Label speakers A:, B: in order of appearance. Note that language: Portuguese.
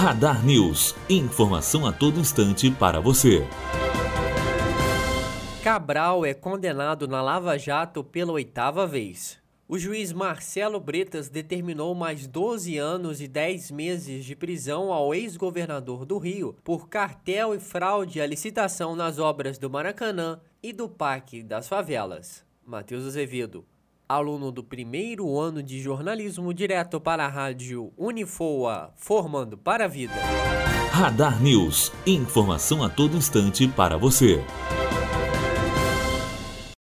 A: Radar News. Informação a todo instante para você.
B: Cabral é condenado na Lava Jato pela 8ª vez. O juiz Marcelo Bretas determinou mais 12 anos e 10 meses de prisão ao ex-governador do Rio por cartel e fraude à licitação nas obras do Maracanã e do Parque das Favelas. Matheus Azevedo, aluno do primeiro ano de jornalismo, direto para a rádio Unifoa, formando para a vida.
A: Radar News. Informação a todo instante para você.